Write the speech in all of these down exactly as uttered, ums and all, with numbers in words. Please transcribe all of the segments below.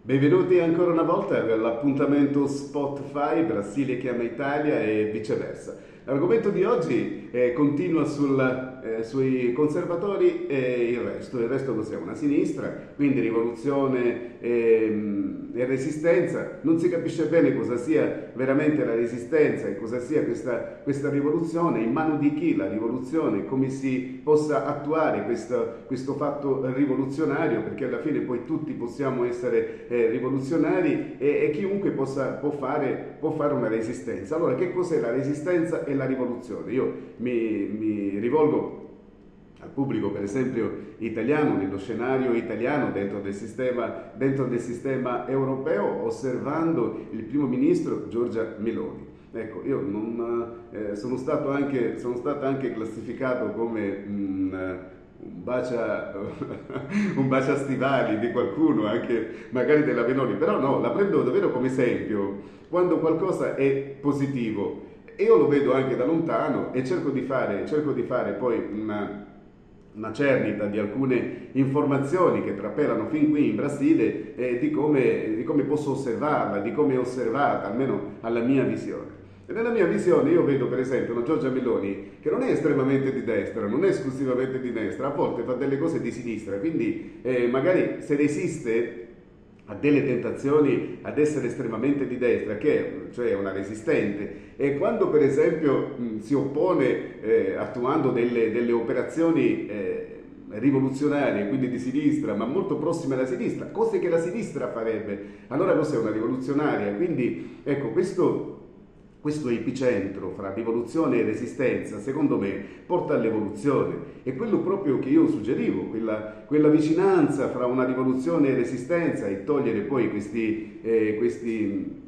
Benvenuti ancora una volta all'appuntamento Spotify Brasile chiama Italia e viceversa. L'argomento di oggi eh, continua sul, eh, sui conservatori e il resto. Il resto cos'è? Una sinistra, quindi rivoluzione ehm, e resistenza. Non si capisce bene cosa sia veramente la resistenza e cosa sia questa, questa rivoluzione, in mano di chi la rivoluzione, come si possa attuare questo, questo fatto rivoluzionario, perché alla fine poi tutti possiamo essere eh, rivoluzionari e, e chiunque possa, può, fare, può fare una resistenza. Allora, che cos'è la resistenza e la rivoluzione? Io mi, mi rivolgo al pubblico, per esempio, italiano, nello scenario italiano, dentro del sistema, dentro del sistema europeo, osservando il primo ministro Giorgia Meloni. Ecco, io non, eh, sono, stato anche, sono stato anche classificato come un, un bacia, un bacia stivali di qualcuno, anche magari della Meloni, però no, la prendo davvero come esempio quando qualcosa è positivo. E io lo vedo anche da lontano e cerco di fare, cerco di fare poi una, una cernita di alcune informazioni che trapelano fin qui in Brasile eh, di, come, di come posso osservarla, di come è osservata, almeno alla mia visione. E nella mia visione io vedo per esempio una Giorgia Meloni che non è estremamente di destra, non è esclusivamente di destra, a volte fa delle cose di sinistra, quindi eh, magari se resiste ha delle tentazioni ad essere estremamente di destra, che è, cioè una resistente, e quando per esempio mh, si oppone eh, attuando delle, delle operazioni eh, rivoluzionarie, quindi di sinistra, ma molto prossime alla sinistra, cose che la sinistra farebbe, allora cos'è una rivoluzionaria? Quindi ecco, questo Questo epicentro fra rivoluzione e resistenza, secondo me, porta all'evoluzione. È quello proprio che io suggerivo, quella, quella vicinanza fra una rivoluzione e resistenza e togliere poi questi, eh, questi,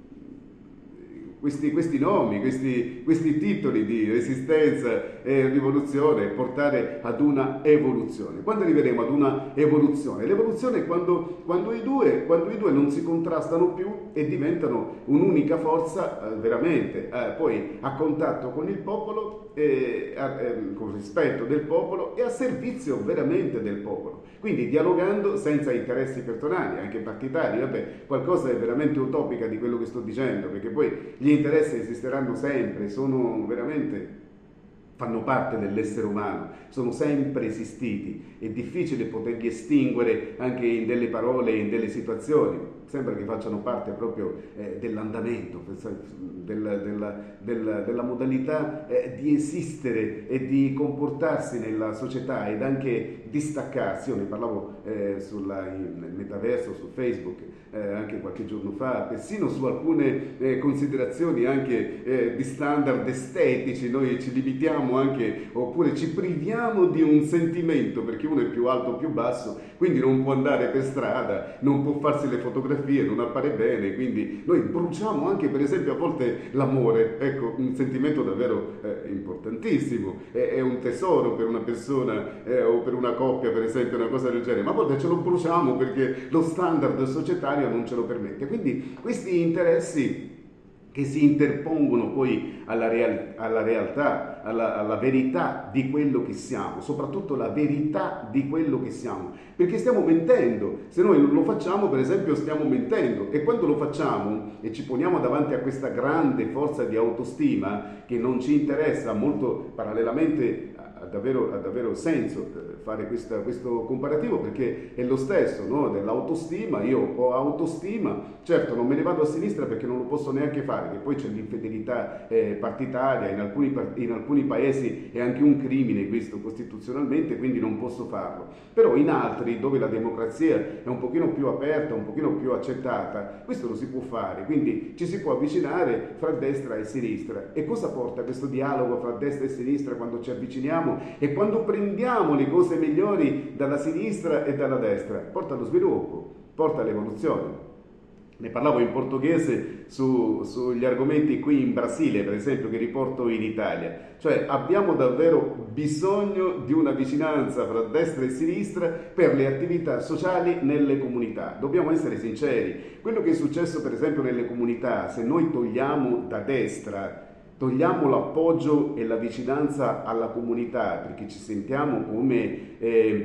questi, questi nomi, questi, questi titoli di resistenza e rivoluzione e portare ad una evoluzione. Quando arriveremo ad una evoluzione? L'evoluzione è quando, quando, i due, quando i due non si contrastano più e diventano un'unica forza eh, veramente, eh, poi a contatto con il popolo, eh, a, eh, con rispetto del popolo e a servizio veramente del popolo. Quindi dialogando senza interessi personali, anche partitari, vabbè, qualcosa è veramente utopica di quello che sto dicendo, perché poi gli interessi esisteranno sempre, sono veramente... fanno parte dell'essere umano, sono sempre esistiti, è difficile poterli estinguere anche in delle parole, in delle situazioni, sembra che facciano parte proprio eh, dell'andamento, della, della, della, della modalità eh, di esistere e di comportarsi nella società ed anche distaccarsi. Io ne parlavo eh, sulla, nel metaverso, su Facebook, eh, anche qualche giorno fa, persino su alcune eh, considerazioni anche eh, di standard estetici, noi ci limitiamo anche, oppure ci priviamo di un sentimento perché uno è più alto o più basso, quindi non può andare per strada, non può farsi le fotografie, non appare bene, quindi noi bruciamo anche per esempio a volte l'amore, ecco, un sentimento davvero eh, importantissimo, è, è un tesoro per una persona eh, o per una coppia per esempio, una cosa del genere, ma a volte ce lo bruciamo perché lo standard societario non ce lo permette, quindi questi interessi che si interpongono poi alla, real, alla realtà, alla, alla verità di quello che siamo, soprattutto la verità di quello che siamo, perché stiamo mentendo. Se noi non lo facciamo, per esempio, stiamo mentendo, e quando lo facciamo e ci poniamo davanti a questa grande forza di autostima che non ci interessa, molto parallelamente ha davvero, ha davvero senso fare questa, questo comparativo, perché è lo stesso, no? Dell'autostima. Io ho autostima, certo non me ne vado a sinistra perché non lo posso neanche fare, che poi c'è l'infedelità eh, partitaria, in alcuni, in alcuni paesi è anche un crimine questo costituzionalmente, quindi non posso farlo, però in altri dove la democrazia è un pochino più aperta, un pochino più accettata, questo lo si può fare, quindi ci si può avvicinare fra destra e sinistra. E cosa porta questo dialogo fra destra e sinistra quando ci avviciniamo e quando prendiamo le cose migliori dalla sinistra e dalla destra? Porta allo sviluppo, porta all'evoluzione. Ne parlavo in portoghese su, sugli argomenti qui in Brasile, per esempio, che riporto in Italia. Cioè abbiamo davvero bisogno di una vicinanza fra destra e sinistra per le attività sociali nelle comunità. Dobbiamo essere sinceri. Quello che è successo per esempio nelle comunità, se noi togliamo da destra, togliamo l'appoggio e la vicinanza alla comunità, perché ci sentiamo come... Eh,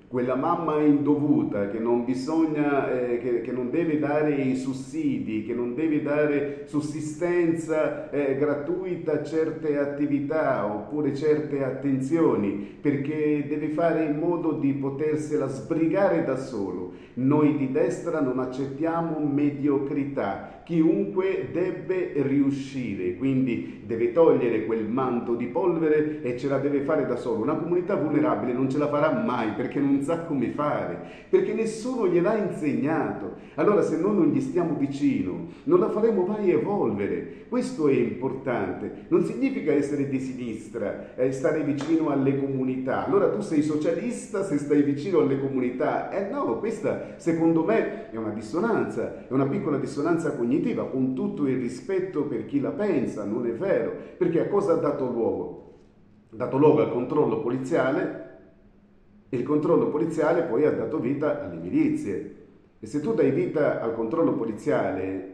quella mamma indovuta che non bisogna, eh, che, che non deve dare i sussidi, che non deve dare sussistenza eh, gratuita a certe attività oppure certe attenzioni, perché deve fare in modo di potersela sbrigare da solo. Noi di destra non accettiamo mediocrità, chiunque deve riuscire, quindi deve togliere quel manto di polvere e ce la deve fare da solo. Una comunità vulnerabile non ce la farà mai perché non sa come fare, perché nessuno gliel'ha insegnato. Allora se noi non gli stiamo vicino, non la faremo mai evolvere. Questo è importante. Non significa essere di sinistra, eh, stare vicino alle comunità. Allora tu sei socialista se stai vicino alle comunità. Eh no, questa secondo me è una dissonanza, è una piccola dissonanza cognitiva, con tutto il rispetto per chi la pensa, non è vero. Perché a cosa ha dato luogo? Ha dato luogo al controllo poliziale. Il controllo poliziale poi ha dato vita alle milizie. E se tu dai vita al controllo poliziale,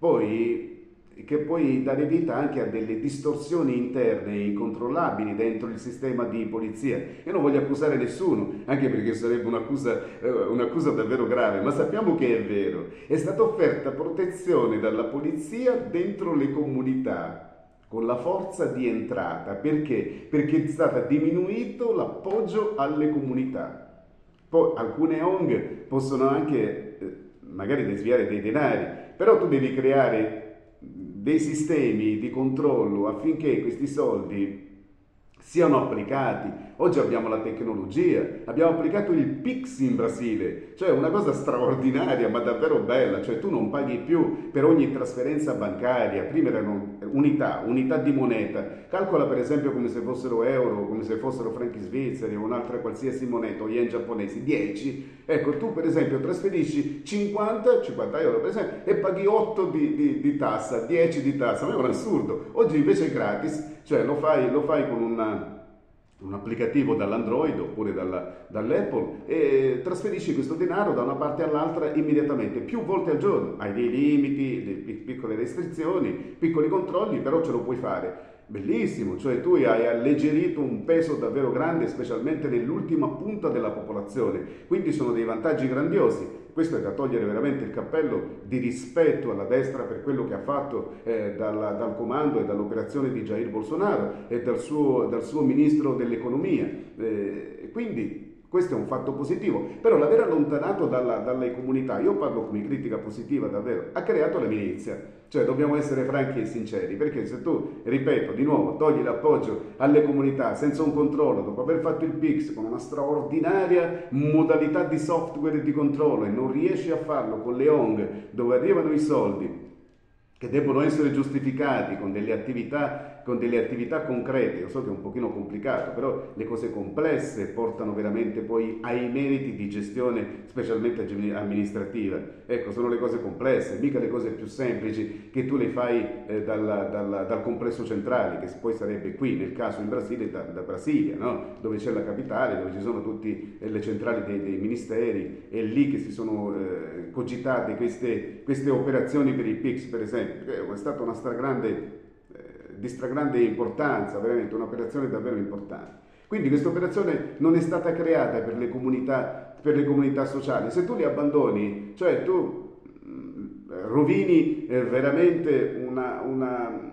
poi che puoi dare vita anche a delle distorsioni interne incontrollabili dentro il sistema di polizia. Io non voglio accusare nessuno, anche perché sarebbe un'accusa, eh, un'accusa davvero grave, ma sappiamo che è vero. È stata offerta protezione dalla polizia dentro le comunità, con la forza di entrata. Perché? Perché è stato diminuito l'appoggio alle comunità. Poi alcune O N G possono anche eh, magari desviare dei denari, però tu devi creare dei sistemi di controllo affinché questi soldi siano applicati. Oggi abbiamo la tecnologia, abbiamo applicato il Pix in Brasile, cioè una cosa straordinaria ma davvero bella, cioè tu non paghi più per ogni trasferenza bancaria, prima erano unità, unità di moneta, calcola per esempio come se fossero euro, come se fossero franchi svizzeri o un'altra qualsiasi moneta o yen giapponesi, dieci, ecco tu per esempio trasferisci cinquanta, cinquanta euro per esempio e paghi otto di, di, di tassa, dieci di tassa, ma è un assurdo, oggi invece è gratis, cioè lo fai, lo fai con una un applicativo dall'Android oppure dalla, dall'Apple e trasferisci questo denaro da una parte all'altra immediatamente, più volte al giorno. Hai dei limiti, delle piccole restrizioni, piccoli controlli, però ce lo puoi fare. Bellissimo, cioè tu hai alleggerito un peso davvero grande, specialmente nell'ultima punta della popolazione, quindi sono dei vantaggi grandiosi. Questo è da togliere veramente il cappello di rispetto alla destra per quello che ha fatto eh, dal, dal comando e dall'operazione di Jair Bolsonaro e dal suo, dal suo ministro dell'economia. Eh, quindi questo è un fatto positivo, però l'aver allontanato dalla, dalle comunità, io parlo come critica positiva davvero, ha creato la milizia. Cioè dobbiamo essere franchi e sinceri, perché se tu, ripeto di nuovo, togli l'appoggio alle comunità senza un controllo, dopo aver fatto il Pix con una straordinaria modalità di software di controllo e non riesci a farlo con le O N G dove arrivano i soldi che debbono essere giustificati con delle attività, con delle attività concrete. Io so che è un pochino complicato, però le cose complesse portano veramente poi ai meriti di gestione, specialmente amministrativa. Ecco, sono le cose complesse, mica le cose più semplici che tu le fai eh, dalla, dalla, dal complesso centrale, che poi sarebbe qui, nel caso in Brasile, da, da Brasilia, no? Dove c'è la capitale, dove ci sono tutte le centrali dei, dei ministeri, è lì che si sono eh, cogitate queste, queste operazioni per il Pix, per esempio. È stata una stragrande, eh, di stragrande importanza, veramente un'operazione davvero importante. Quindi questa operazione non è stata creata per le comunità, per le comunità sociali. Se tu li abbandoni, cioè tu mh, rovini eh, veramente una, una,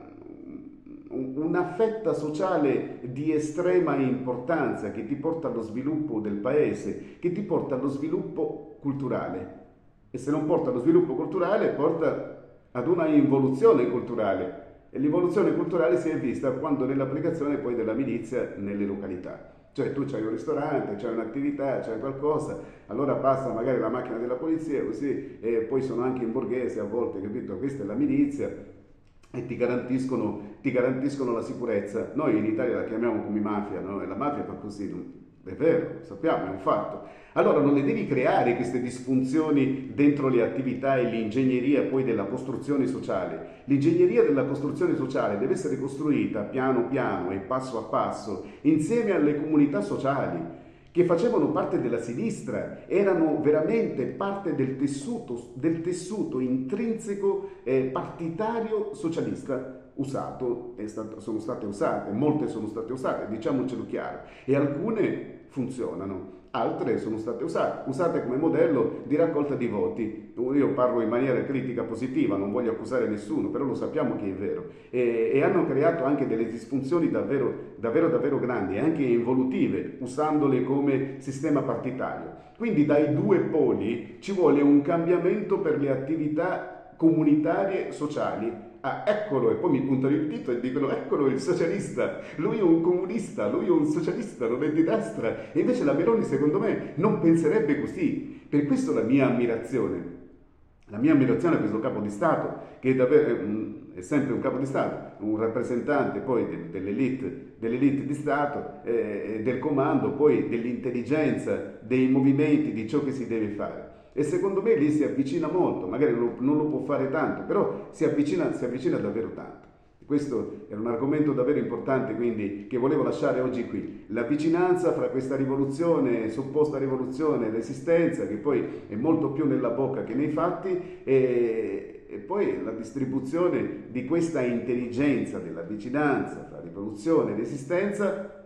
una fetta sociale di estrema importanza che ti porta allo sviluppo del paese, che ti porta allo sviluppo culturale. E se non porta allo sviluppo culturale, porta ad una involuzione culturale, e l'involuzione culturale si è vista quando nell'applicazione poi della milizia nelle località. Cioè tu c'hai un ristorante, c'hai un'attività, c'hai qualcosa, allora passa magari la macchina della polizia così, e poi sono anche in borghese a volte, capito? Questa è la milizia e ti garantiscono, ti garantiscono la sicurezza. Noi in Italia la chiamiamo come mafia, no? E la mafia fa così, non... È vero, sappiamo, è un fatto. Allora non le devi creare queste disfunzioni dentro le attività e l'ingegneria poi della costruzione sociale. L'ingegneria della costruzione sociale deve essere costruita piano piano e passo a passo insieme alle comunità sociali che facevano parte della sinistra, erano veramente parte del tessuto, del tessuto intrinseco eh, partitario socialista usato, è stato, sono state usate, molte sono state usate, diciamocelo chiaro, e alcune funzionano. Altre sono state usate, usate come modello di raccolta di voti. Io parlo in maniera critica positiva, non voglio accusare nessuno, però lo sappiamo che è vero. E, e hanno creato anche delle disfunzioni davvero, davvero, davvero grandi, anche involutive, usandole come sistema partitario. Quindi dai due poli ci vuole un cambiamento per le attività comunitarie sociali. Ah, eccolo, e poi mi puntano il dito e dicono eccolo il socialista, lui è un comunista, lui è un socialista, non è di destra. E invece la Meloni secondo me non penserebbe così. Per questo la mia ammirazione, la mia ammirazione a questo capo di Stato, che è, davvero, è sempre un capo di Stato, un rappresentante poi dell'elite, dell'elite di Stato, eh, del comando, poi dell'intelligenza, dei movimenti, di ciò che si deve fare. E secondo me lì si avvicina molto, magari non, non lo può fare tanto, però si avvicina, si avvicina davvero tanto. Questo era un argomento davvero importante, quindi, che volevo lasciare oggi qui. La vicinanza fra questa rivoluzione, supposta rivoluzione, resistenza, che poi è molto più nella bocca che nei fatti, e, e poi la distribuzione di questa intelligenza della vicinanza fra rivoluzione e resistenza,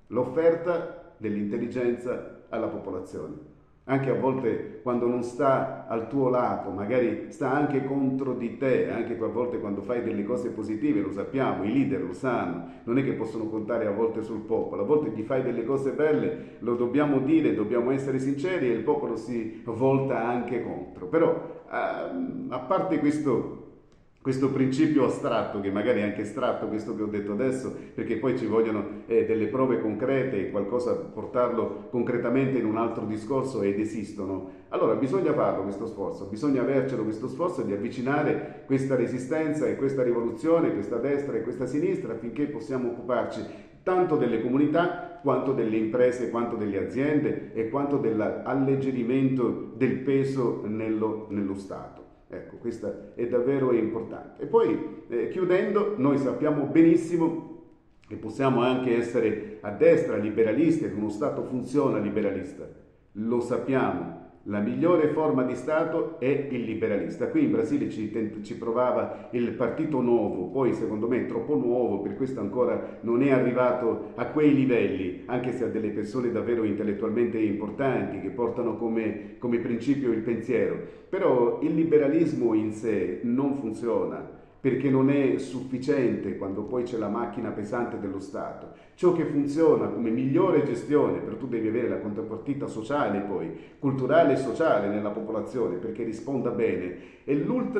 l'offerta dell'intelligenza alla popolazione. Anche a volte quando non sta al tuo lato, magari sta anche contro di te, anche a volte quando fai delle cose positive, lo sappiamo, i leader lo sanno, non è che possono contare a volte sul popolo, a volte gli fai delle cose belle, lo dobbiamo dire, dobbiamo essere sinceri e il popolo si volta anche contro. Però a, a parte questo... Questo principio astratto, che magari è anche astratto questo che ho detto adesso, perché poi ci vogliono eh, delle prove concrete, qualcosa, portarlo concretamente in un altro discorso ed esistono. Allora bisogna farlo questo sforzo, bisogna avercelo questo sforzo di avvicinare questa resistenza e questa rivoluzione, questa destra e questa sinistra, affinché possiamo occuparci tanto delle comunità, quanto delle imprese, quanto delle aziende e quanto dell'alleggerimento del peso nello, nello Stato. Ecco, questo è davvero importante. E poi, eh, chiudendo, noi sappiamo benissimo che possiamo anche essere a destra, liberalisti, che uno Stato funziona liberalista. Lo sappiamo. La migliore forma di Stato è il liberalista. Qui in Brasile ci, tent- ci provava il Partito Nuovo, poi secondo me è troppo nuovo, per questo ancora non è arrivato a quei livelli, anche se ha delle persone davvero intellettualmente importanti che portano come, come principio il pensiero. Però il liberalismo in sé non funziona, perché non è sufficiente quando poi c'è la macchina pesante dello Stato. Ciò che funziona come migliore gestione, però tu devi avere la contropartita sociale poi, culturale e sociale nella popolazione, perché risponda bene, è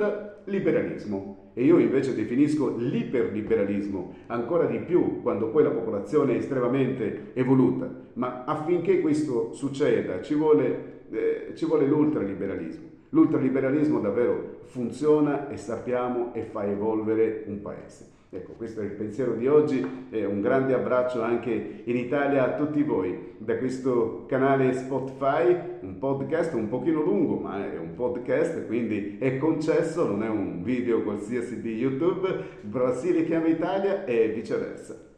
l'ultraliberalismo. E io invece definisco l'iperliberalismo, ancora di più quando poi la popolazione è estremamente evoluta. Ma affinché questo succeda ci vuole, eh, ci vuole l'ultraliberalismo. L'ultraliberalismo davvero funziona e sappiamo e fa evolvere un paese. Ecco, questo è il pensiero di oggi, e un grande abbraccio anche in Italia a tutti voi da questo canale Spotify, un podcast un pochino lungo, ma è un podcast, quindi è concesso, non è un video qualsiasi di YouTube. Brasile chiama Italia e viceversa.